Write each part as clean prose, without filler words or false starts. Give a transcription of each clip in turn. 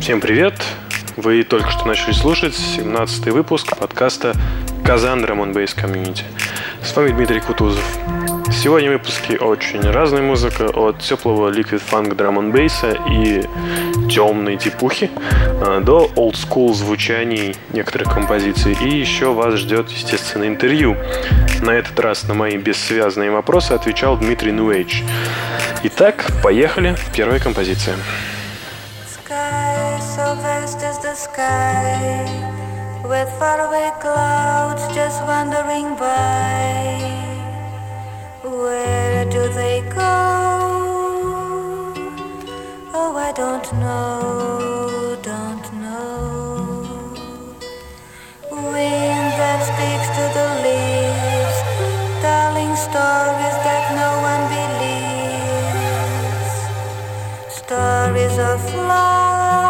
Всем привет! Вы только что начали слушать 17-й выпуск подкаста «Казан Drum and Bass Community». С вами Дмитрий Кутузов. Сегодня в выпуске очень разная музыка, от теплого liquid funk drum and bass и темной типухи до old school звучаний некоторых композиций. И еще вас ждет, естественно, интервью. На этот раз на мои бессвязные вопросы отвечал Дмитрий New Age. Итак, поехали. Первая композиция. So vast is the sky, with faraway clouds just wandering by. Where do they go? Oh, I don't know, don't know. Wind that speaks to the leaves, telling stories that no one believes. Stories of love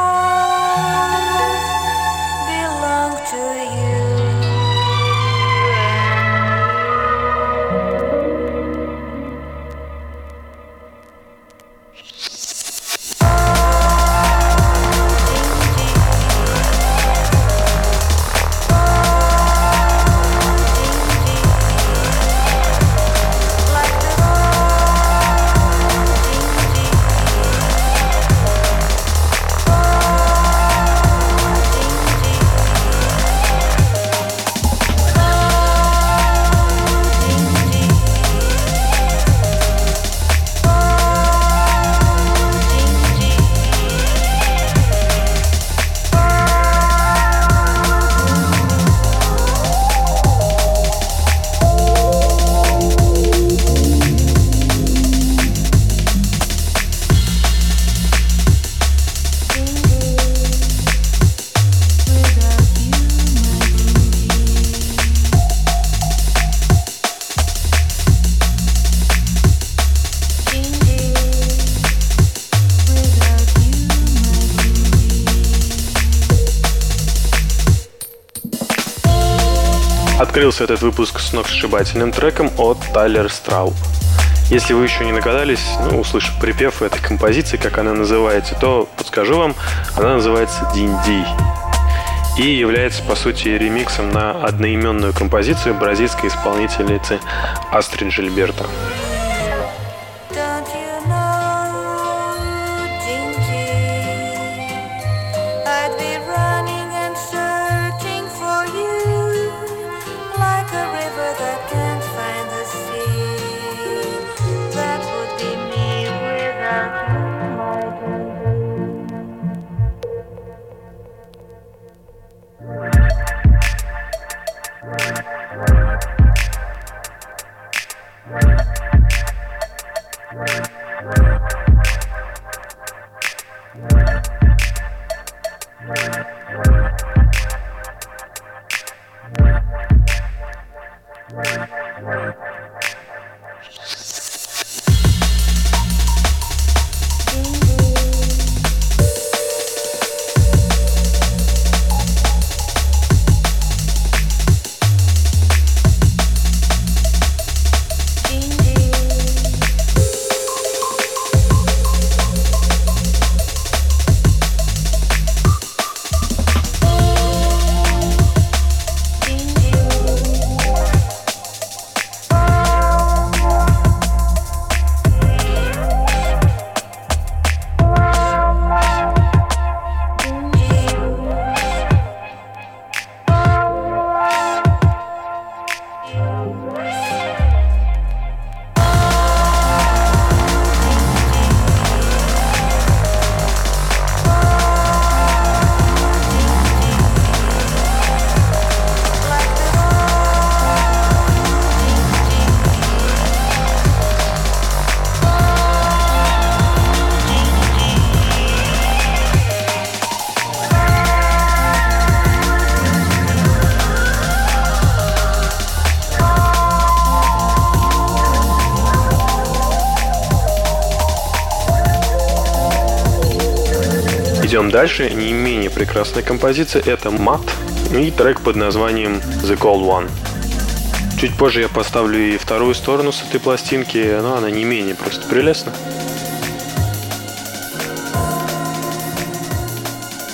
Открылся этот выпуск сногсшибательным треком от Тайлер Страуб. Если вы еще не догадались, услышав припев этой композиции, как она называется, то подскажу вам, она называется «Динди» и является, по сути, ремиксом на одноименную композицию бразильской исполнительницы Астрид Жильберто. Идем дальше. Не менее прекрасная композиция — это «Мат» и трек под названием «The Cold One». Чуть позже я поставлю и вторую сторону с этой пластинки, но она не менее просто прелестна.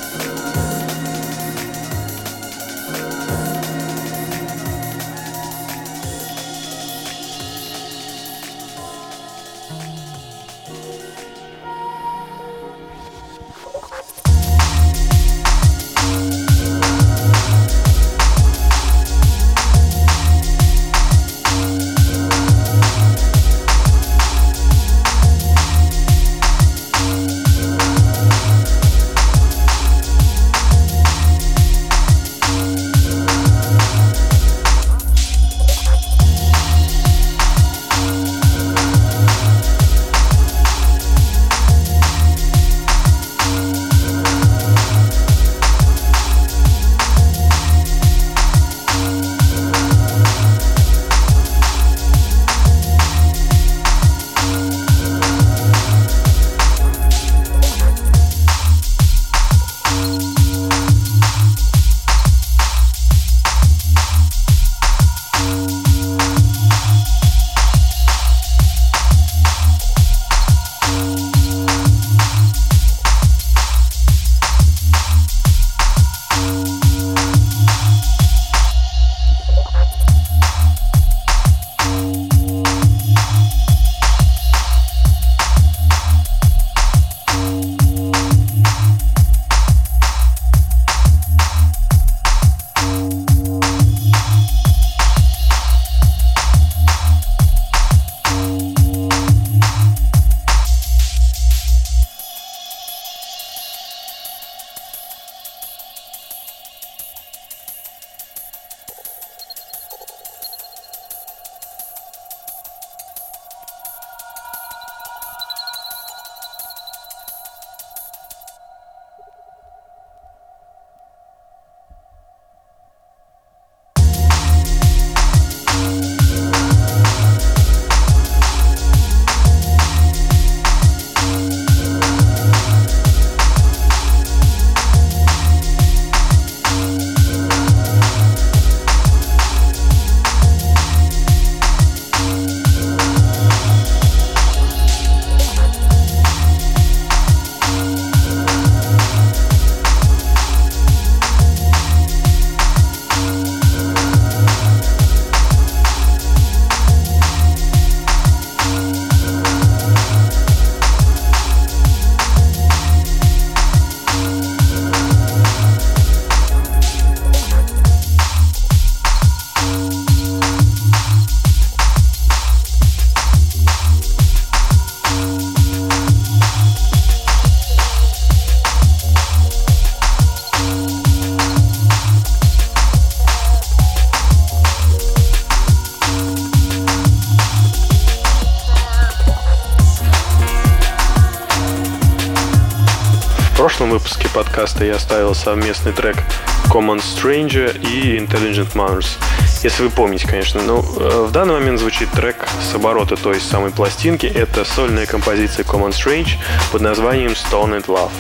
описании подкаста я оставил совместный трек Common Stranger и Intelligent Manners. Если вы помните, конечно. Но в данный момент звучит трек с оборота той самой пластинки. Это сольная композиция Common Strange под названием Stoned Love.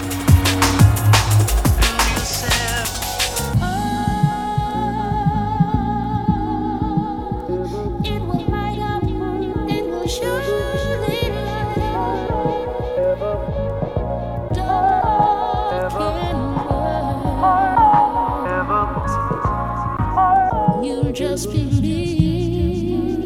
Just believe.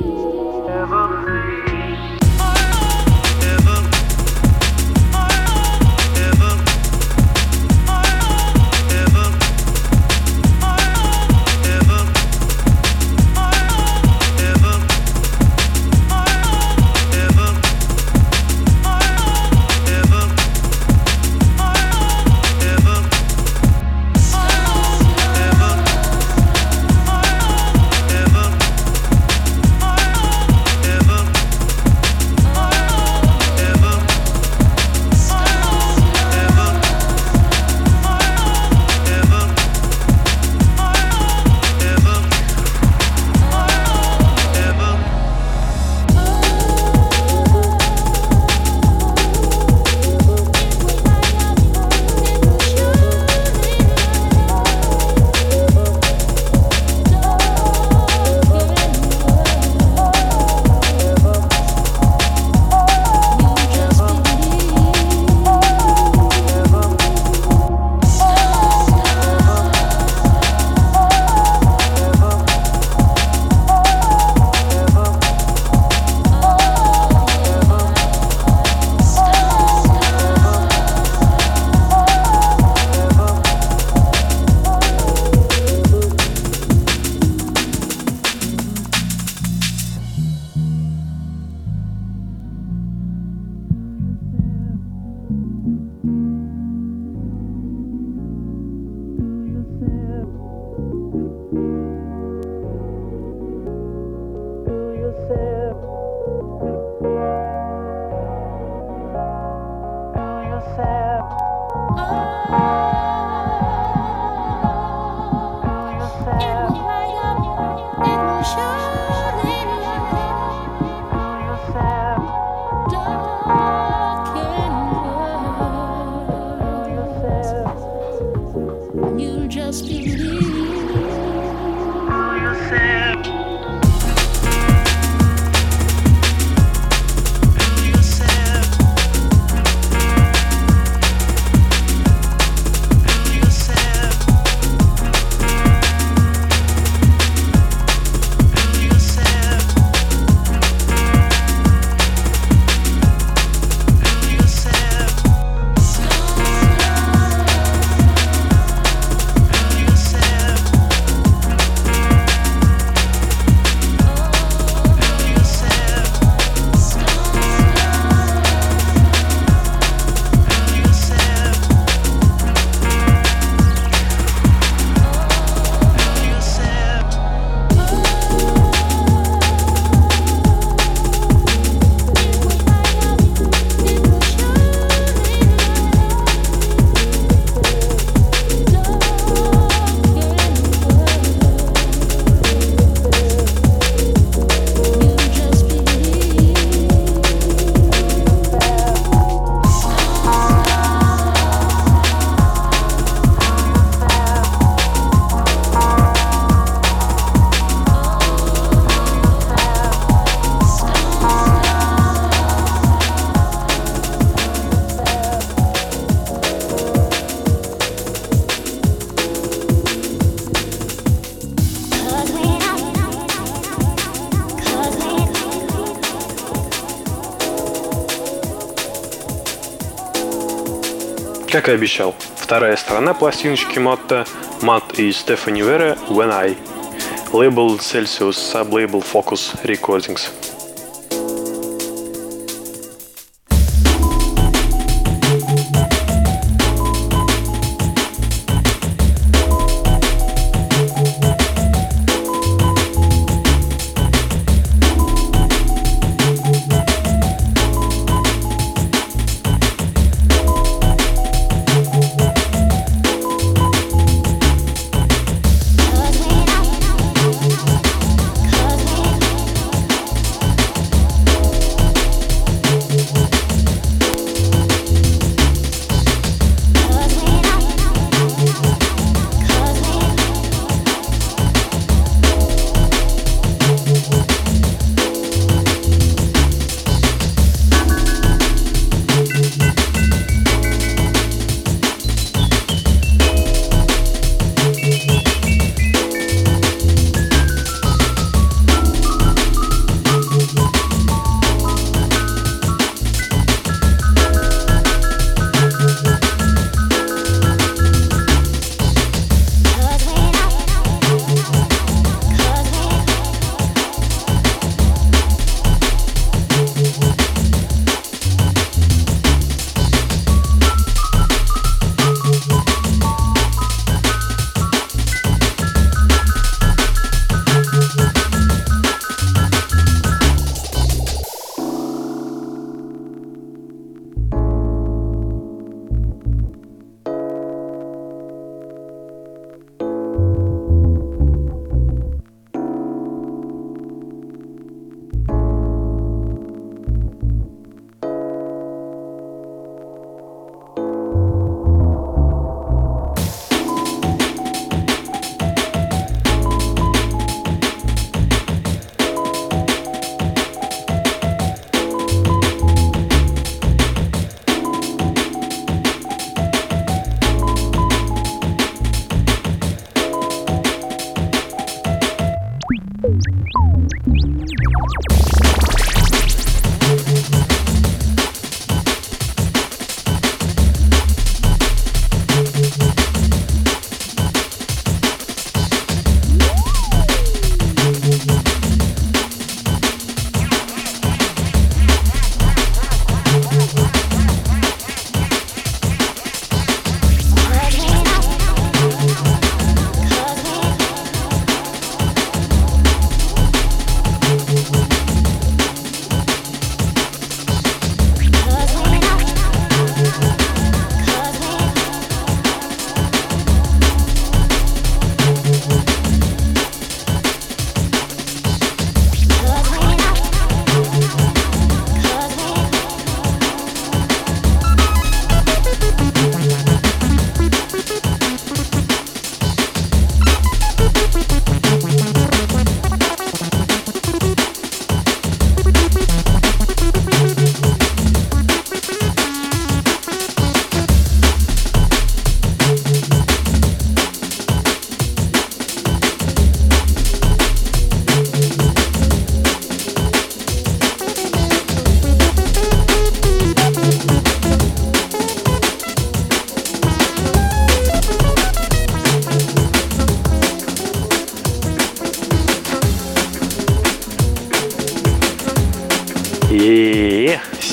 Как и обещал, вторая сторона пластиночки Мотта, Matt и Стефани Вера «When I», лейбл Celsius, саблейбл Focus Recordings.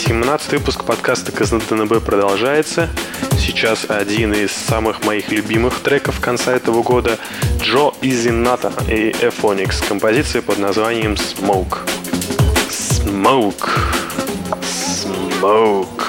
17 выпуск подкаста КЗНБ продолжается. Сейчас один из самых моих любимых треков конца этого года — Джо Изината и Эфоникс. Композиция под названием «Smoke». Smoke. Smoke.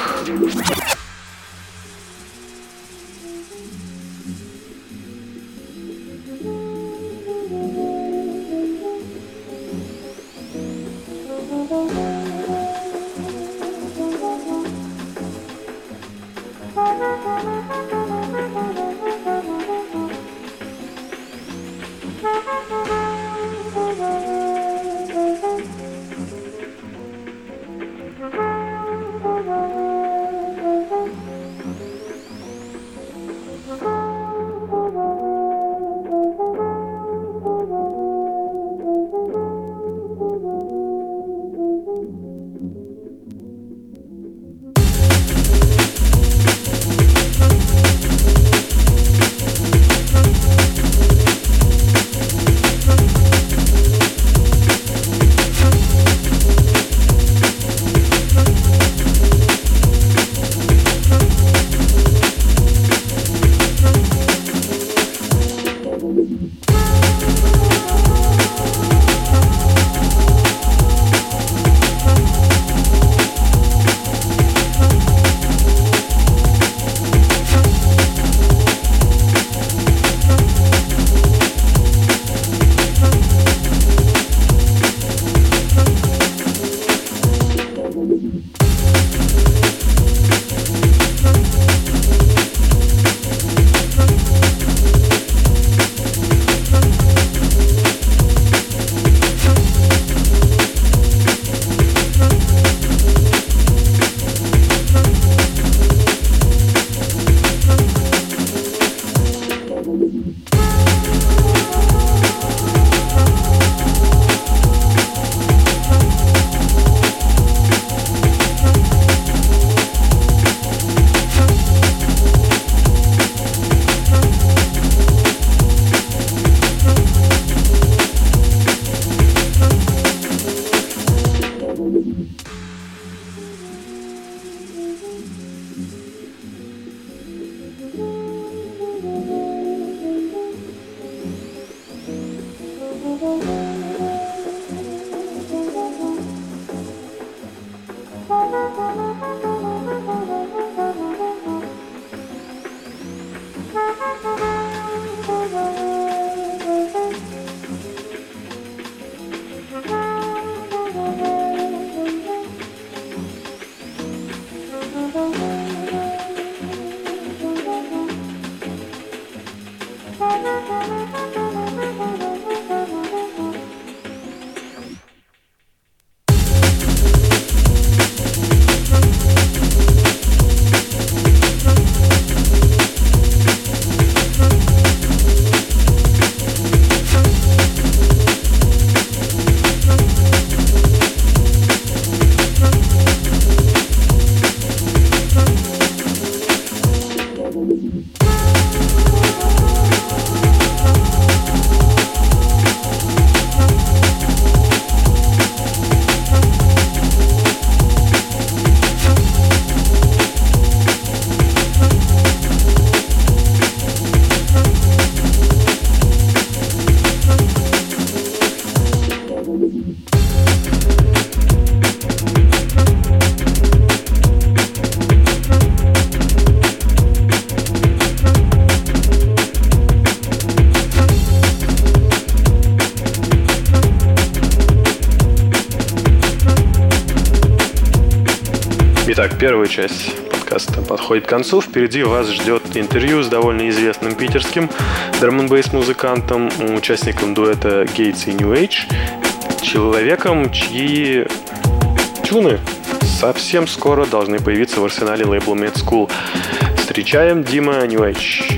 Итак, первая часть подкаста подходит к концу. Впереди вас ждет интервью с довольно известным питерским драм-н-бейс музыкантом, участником дуэта Gates и New Age, человеком, чьи тюны совсем скоро должны появиться в арсенале лейбла Mad School. Встречаем Дима New Age.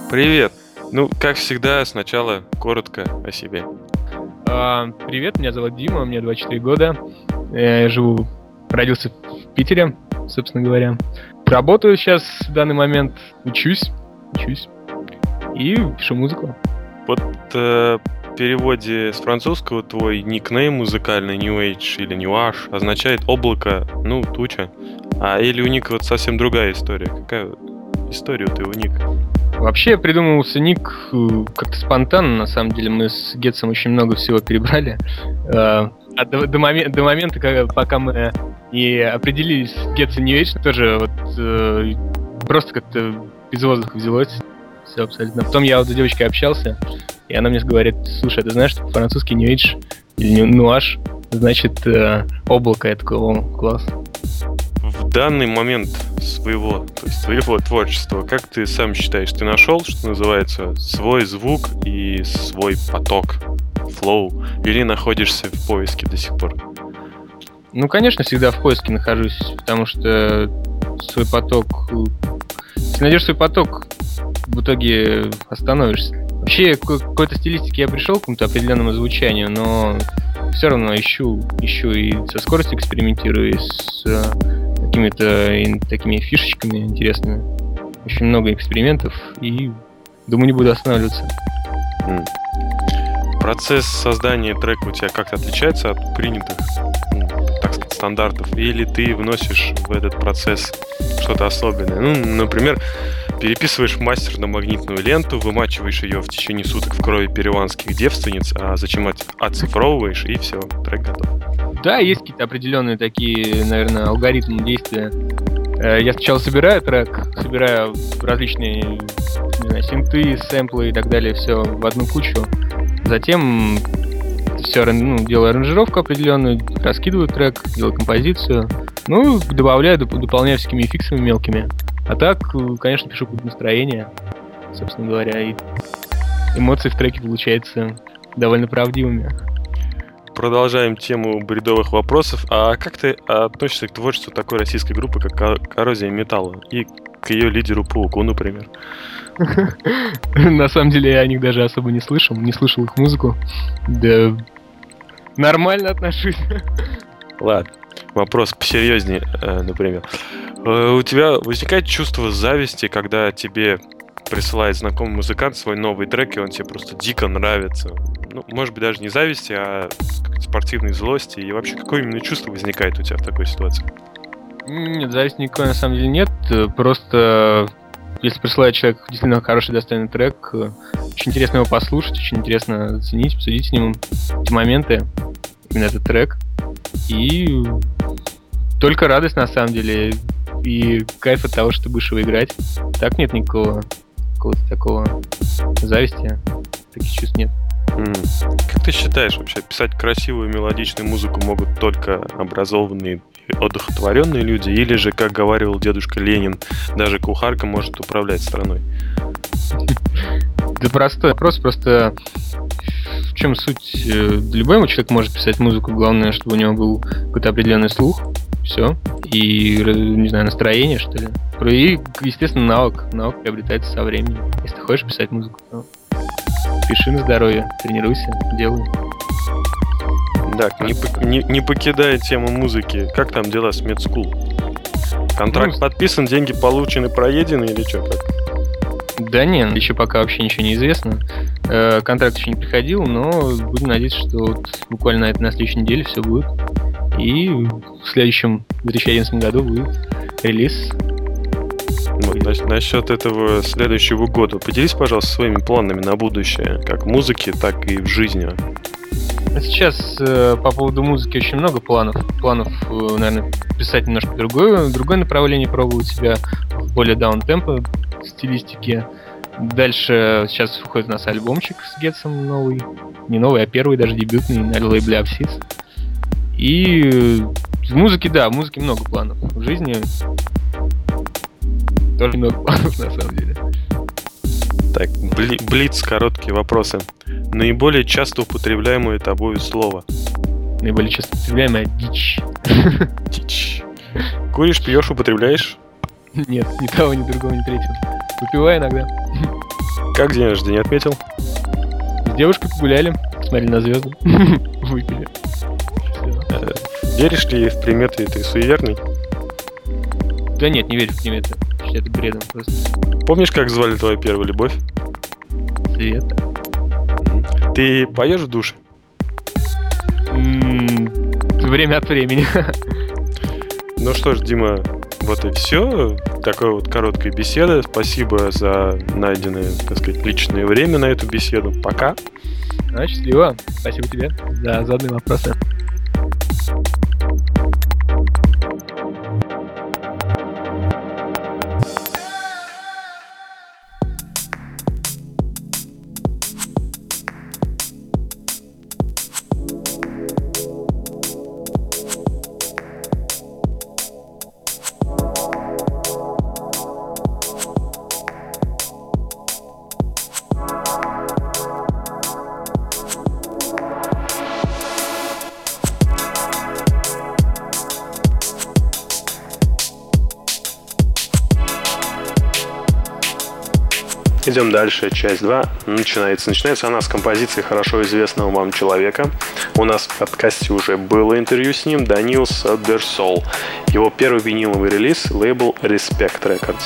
Привет. Ну, как всегда, сначала коротко о себе. Привет, меня зовут Дима, мне 24 года. Я родился в Питере, собственно говоря. Работаю сейчас в данный момент, учусь и пишу музыку. Вот в переводе с французского твой никнейм музыкальный New Age или New Age означает облако, ну, туча. Или у Ника вот совсем другая история. Какая история у твоего Ника? Вообще придумывался ник как-то спонтанно, на самом деле. Мы с Гетсом очень много всего перебрали. До момента, пока мы не определились с Гетсом New Age, тоже вот просто как-то из воздуха взялось. Все абсолютно. Потом я вот с девочкой общался, и она мне говорит: слушай, ты знаешь, что по-французски New Age или Нуаш значит облако? Я такой: о, класс. В данный момент своего творчества, как ты сам считаешь, ты нашел, что называется, свой звук и свой поток, флоу, или находишься в поиске до сих пор? Ну, конечно, всегда в поиске нахожусь, потому что свой поток... Если найдешь свой поток, в итоге остановишься. Вообще, к какой-то стилистике я пришел, к какому-то определенному звучанию, но все равно ищу и со скоростью экспериментирую, и с какими-то такими фишечками интересными. Очень много экспериментов, и думаю, не буду останавливаться. Процесс создания трека у тебя как-то отличается от принятых, так сказать, стандартов? Или ты вносишь в этот процесс что-то особенное? Ну, например, переписываешь мастер на магнитную ленту, вымачиваешь ее в течение суток в крови перуанских девственниц, а зачем оцифровываешь, и все, трек готов. Да, есть какие-то определенные такие, наверное, алгоритмы действия. Я сначала собираю трек, собираю различные, не знаю, синты, сэмплы и так далее, все в одну кучу. Затем все, делаю аранжировку определенную, раскидываю трек, делаю композицию, добавляю, дополняю всякими эффектами мелкими. А так, конечно, пишу под настроение, собственно говоря, и эмоции в треке получаются довольно правдивыми. Продолжаем тему бредовых вопросов. А как ты относишься к творчеству такой российской группы, как Коррозия Металла, и к ее лидеру Пауку, например? На самом деле я о них даже особо не слышал их музыку. Да, нормально отношусь. Ладно, вопрос посерьезнее, например. У тебя возникает чувство зависти, когда тебе присылает знакомый музыкант свой новый трек, и он тебе просто дико нравится? Ну, может быть, даже не зависти, а спортивной злости. И вообще, какое именно чувство возникает у тебя в такой ситуации? Нет, зависти никакой на самом деле нет. Просто если присылает человек действительно хороший, достойный трек, очень интересно его послушать, очень интересно оценить, обсудить с ним эти моменты, именно этот трек. И только радость на самом деле, и кайф от того, что ты будешь его играть. Так нет никакого какого-то такого зависти, таких чувств нет. Как ты считаешь, вообще писать красивую мелодичную музыку могут только образованные и одухотворенные люди, или же, как говаривал дедушка Ленин, даже кухарка может управлять страной? Да простой вопрос, просто в чем суть? Любой человек может писать музыку, главное, чтобы у него был какой-то определенный слух, все, и, не знаю, настроение, что ли. И, естественно, навык приобретается со временем. Если ты хочешь писать музыку, то пиши на здоровье, тренируйся, делай. Так, не покидая тему музыки, как там дела с медскул? Контракт подписан, деньги получены, проедены или что? Да нет, еще пока вообще ничего не известно. Контракт еще не приходил, но будем надеяться, что вот буквально на следующей неделе все будет. И в следующем 2011 году будет релиз. Вот, насчет этого следующего года. Поделись, пожалуйста, своими планами на будущее, как в музыке, так и в жизни. Сейчас по поводу музыки очень много планов. Наверное, писать немножко другое направление, пробовать себя в более даун-темпо стилистике. Дальше сейчас выходит у нас альбомчик с Гетсом новый. Не новый, а первый, даже дебютный, на лейбле Апсис. И в музыке много планов. В жизни тоже много планов, на самом деле. Так, блиц, короткие вопросы. Наиболее часто употребляемое тобою слово? Наиболее часто употребляемое — дичь. Дичь. Куришь, пьешь, употребляешь? Нет, ни того, ни другого, ни третьего. Выпиваю иногда. Как день рождения отметил? С девушкой погуляли, смотрели на звезды, выпили. Всё. Веришь ли в приметы, ты суеверный? Да нет, не верю в приметы. Считаю это бредом просто. Помнишь, как звали твою первую любовь? Света. Ты поешь в душе? Время от времени. Ну что ж, Дима, вот и все. Такая вот короткая беседа. Спасибо за найденное, так сказать, личное время на эту беседу. Пока. Счастливо. Спасибо тебе за заданные вопросы. Идем дальше, часть 2 начинается. Начинается она с композиции хорошо известного вам человека. У нас в подкасте уже было интервью с ним, Даниил Саберсол. Его первый виниловый релиз — лейбл Respect Records.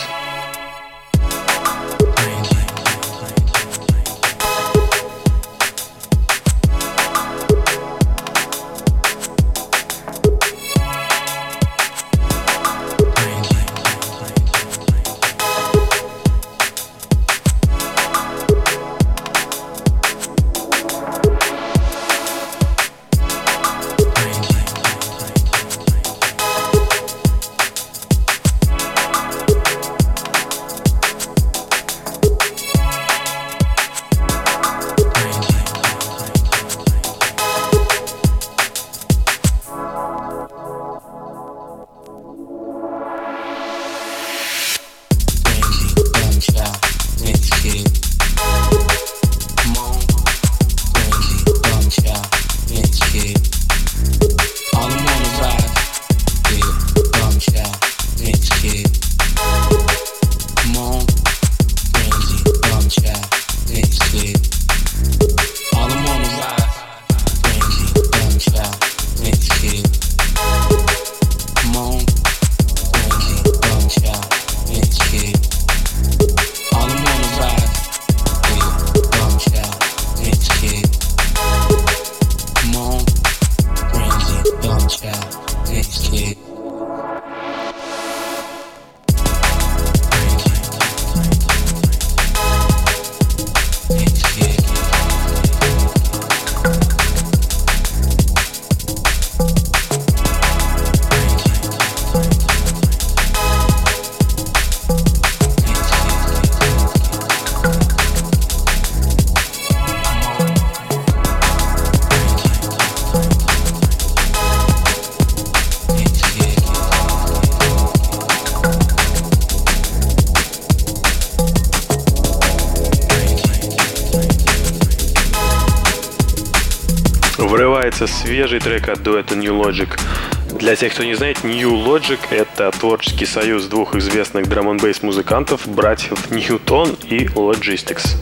Врывается свежий трек от дуэта New Logic. Для тех, кто не знает, New Logic — это творческий союз двух известных драм-н-бейс музыкантов, братьев Ньютон и Logistics.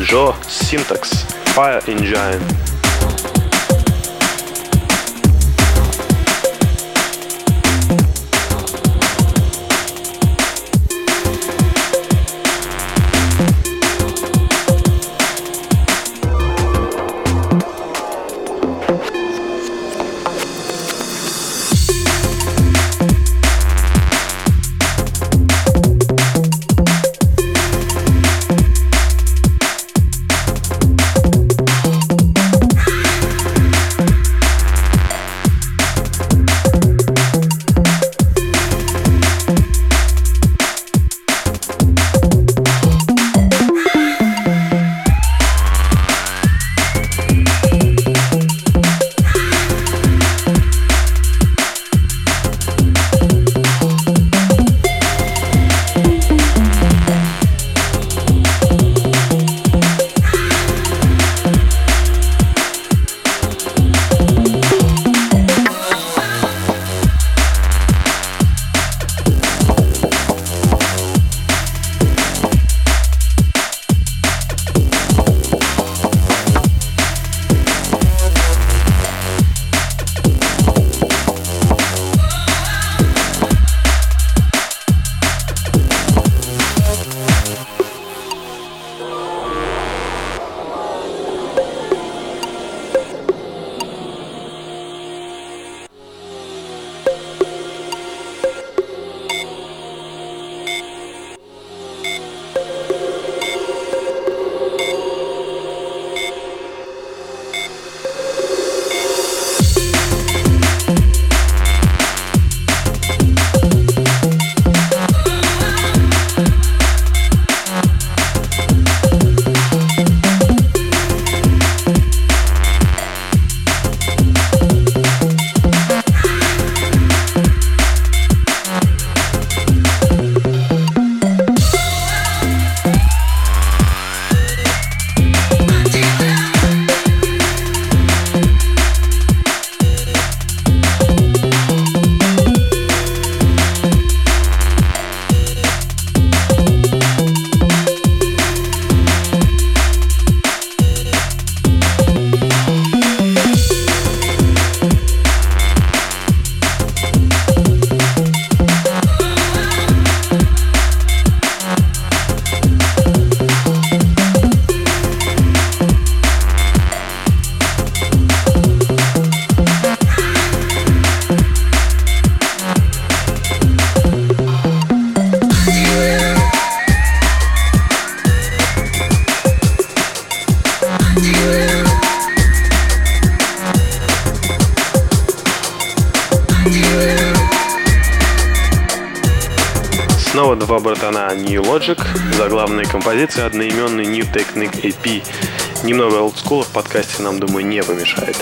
Joe Syntax, Fire Engine. Снова два братана New Logic, заглавная композиция одноименный New Technique EP. Немного олдскула в подкасте нам, думаю, не помешает.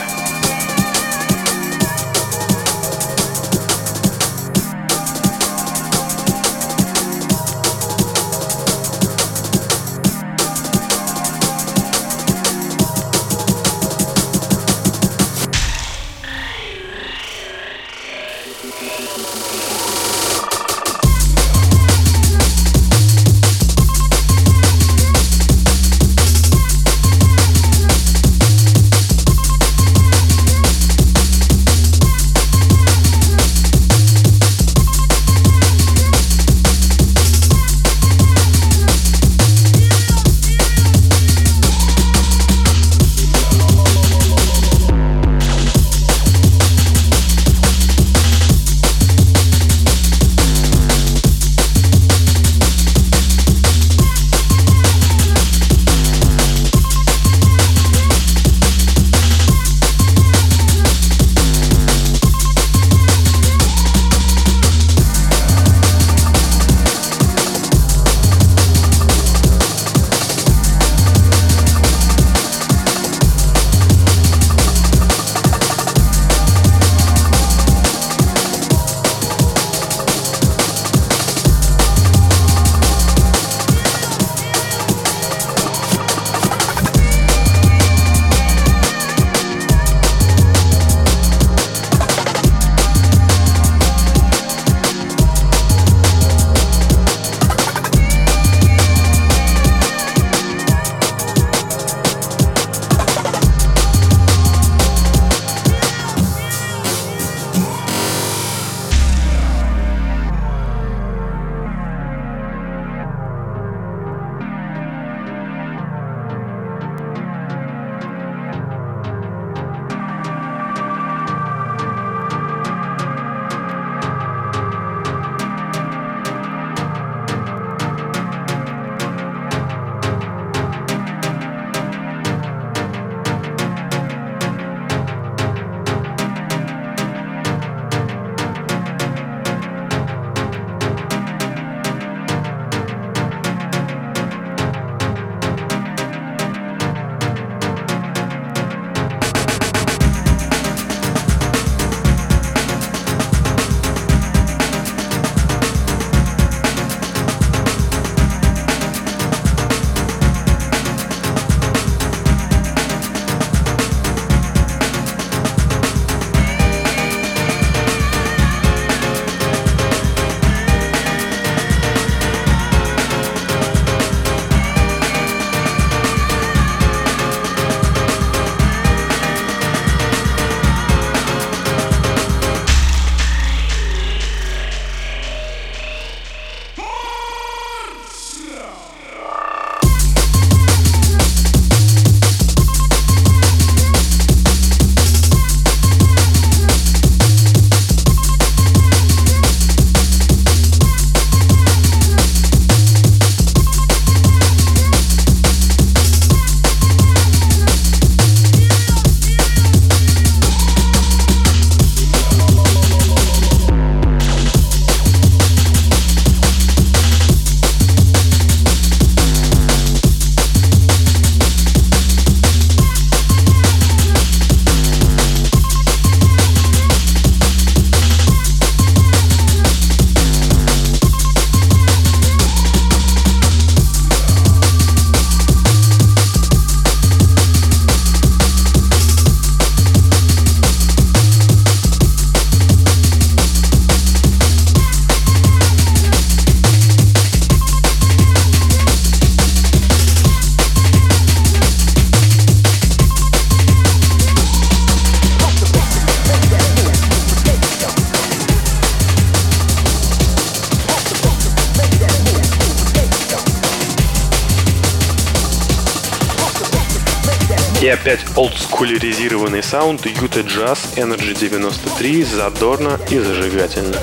И опять олдскулеризированный саунд Utah Jazz Energy 93, задорно и зажигательно.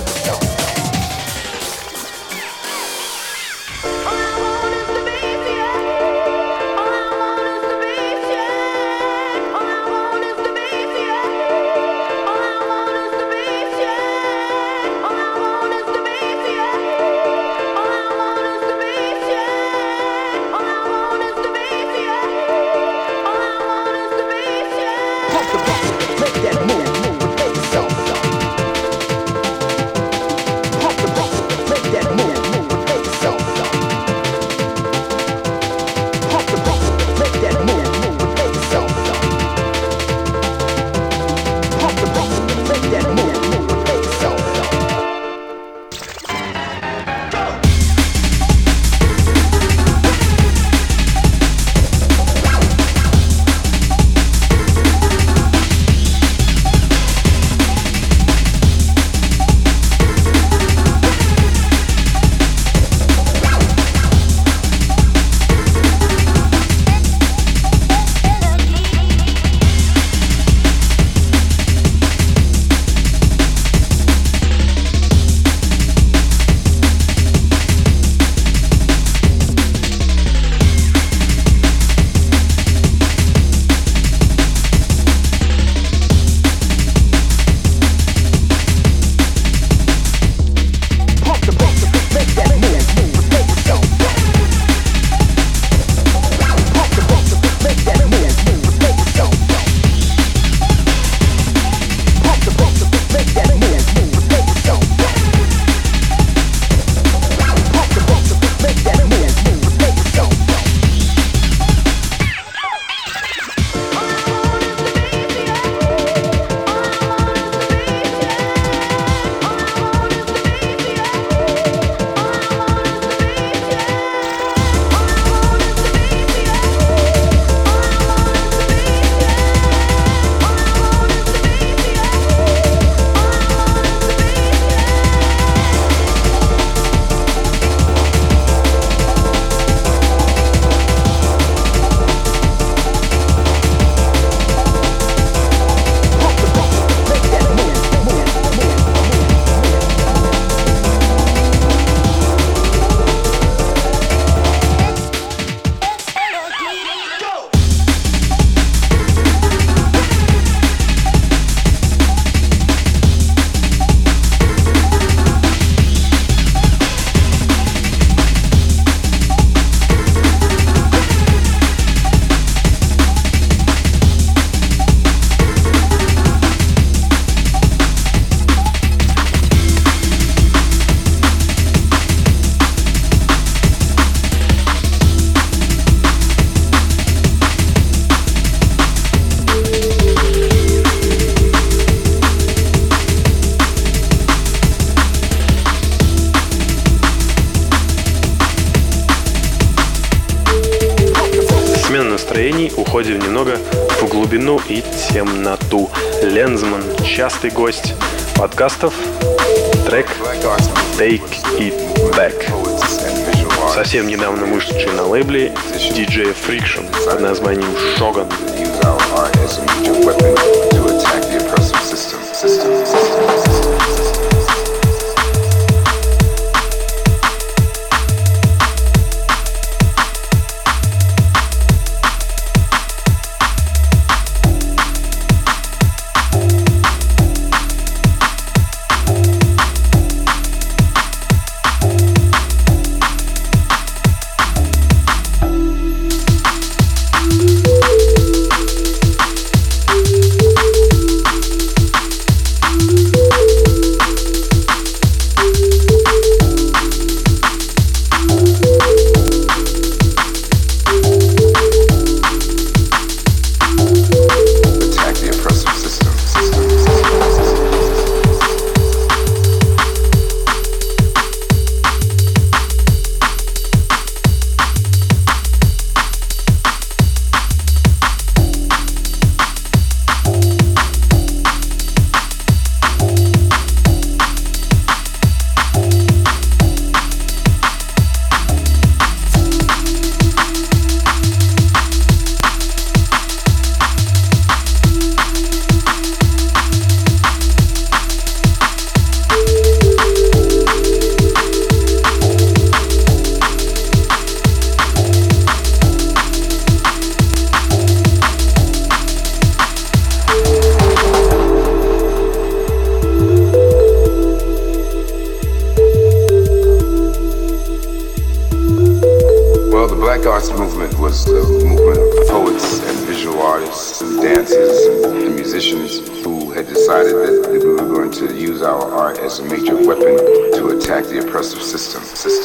настроений уходим немного в глубину и темноту. Лензман, частый гость подкастов, трек Take It Back. Совсем недавно вышедший на лейбле DJ Friction под названием Shogun. Black Arts Movement was the movement of poets and visual artists and dancers and musicians who had decided that we were going to use our art as a major weapon to attack the oppressive system.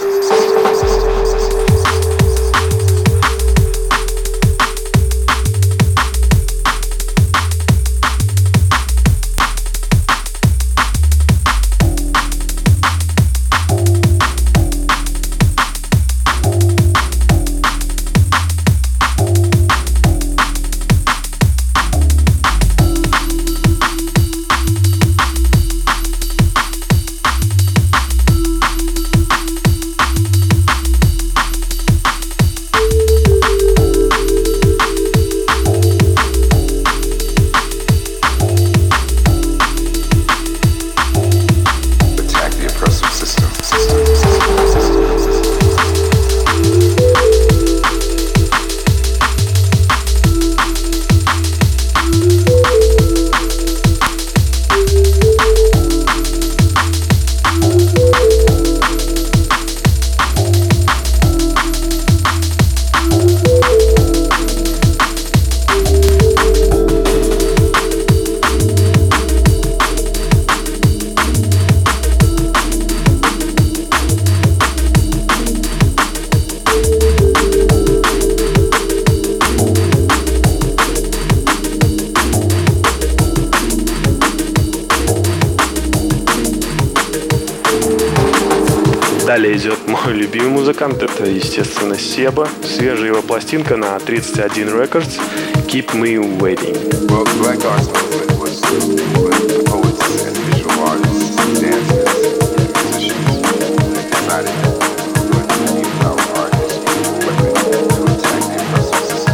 Далее идет мой любимый музыкант, это, естественно, Себа. Свежая его пластинка на 31 Records «Keep Me Waiting». Well, Black Arts Movement was the movement of poets and visual artists and dancers and musicians who decided that we were going to use our art as a weapon to attack the oppressive system.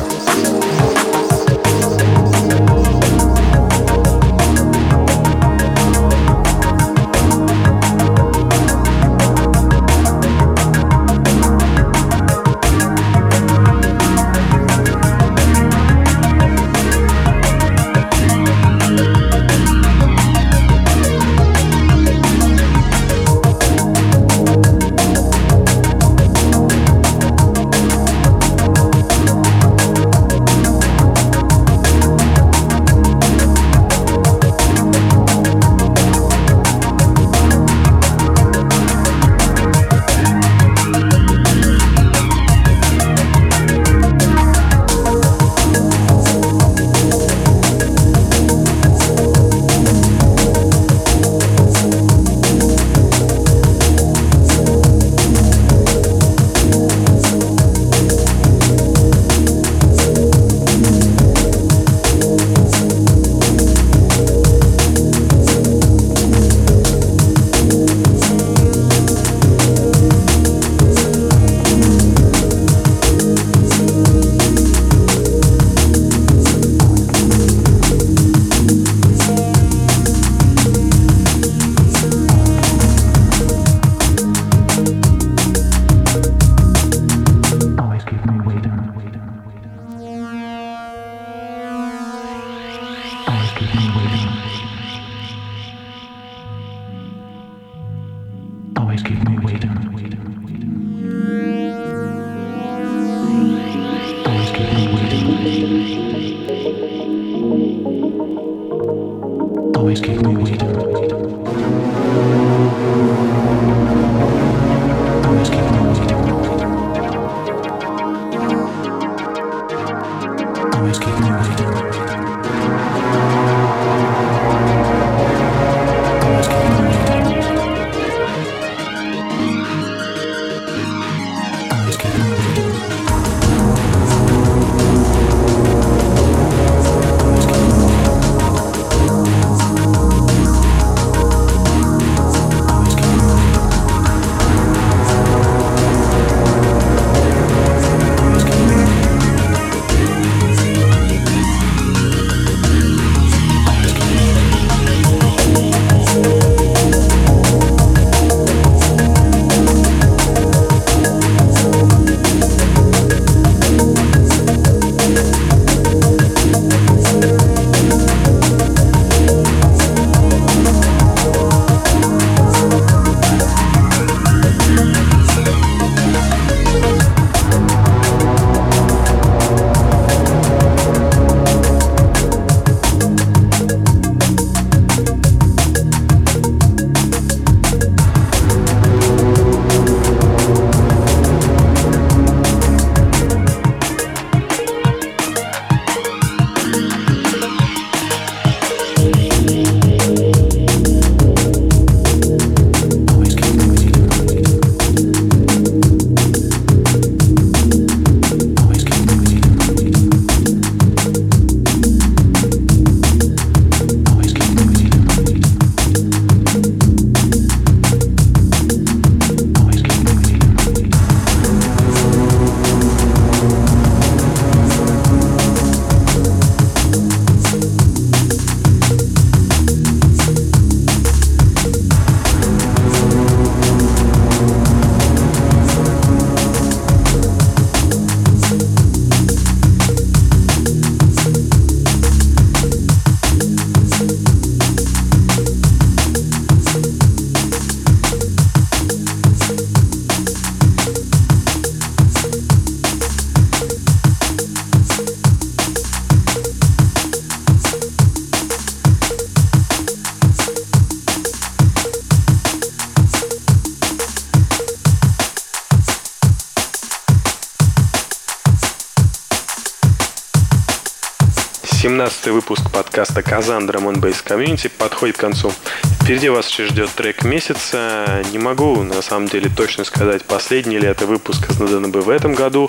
17-й выпуск подкаста Kazan Drum and Bass Community подходит к концу. Впереди вас еще ждет трек месяца. Не могу, на самом деле, точно сказать, последний ли это выпуск из ДНБ в этом году,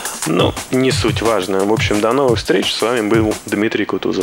но не суть важно. В общем, до новых встреч. С вами был Дмитрий Кутузов.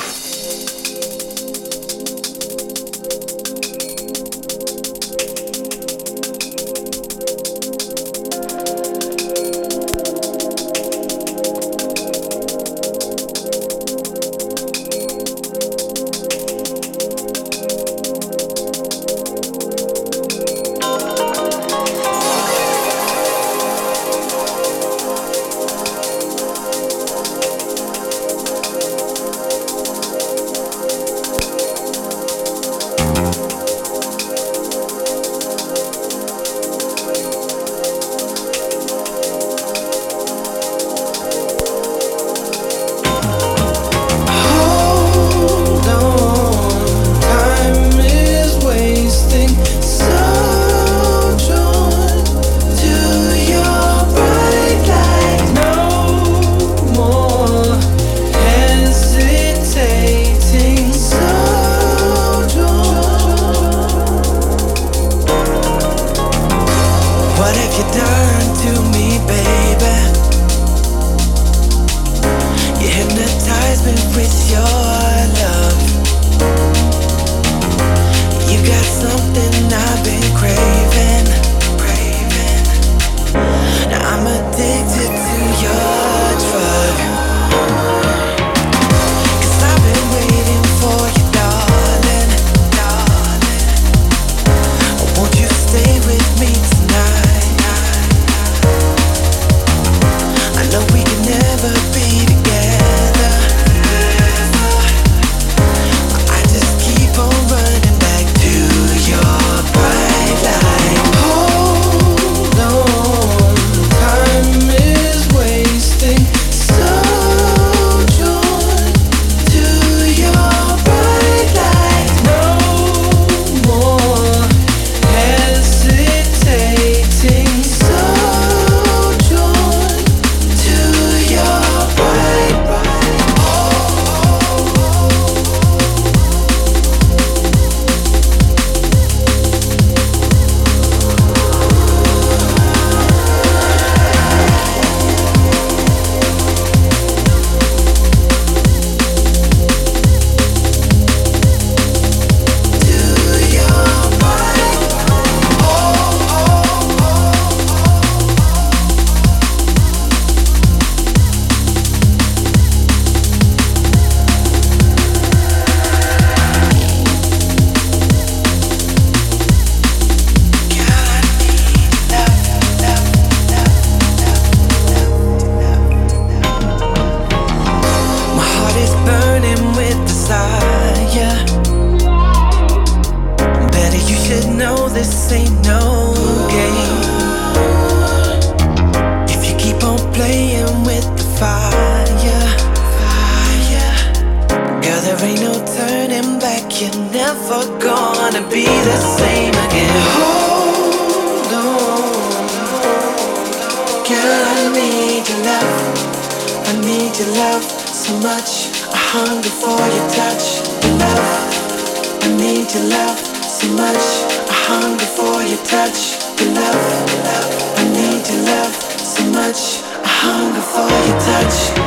Touch.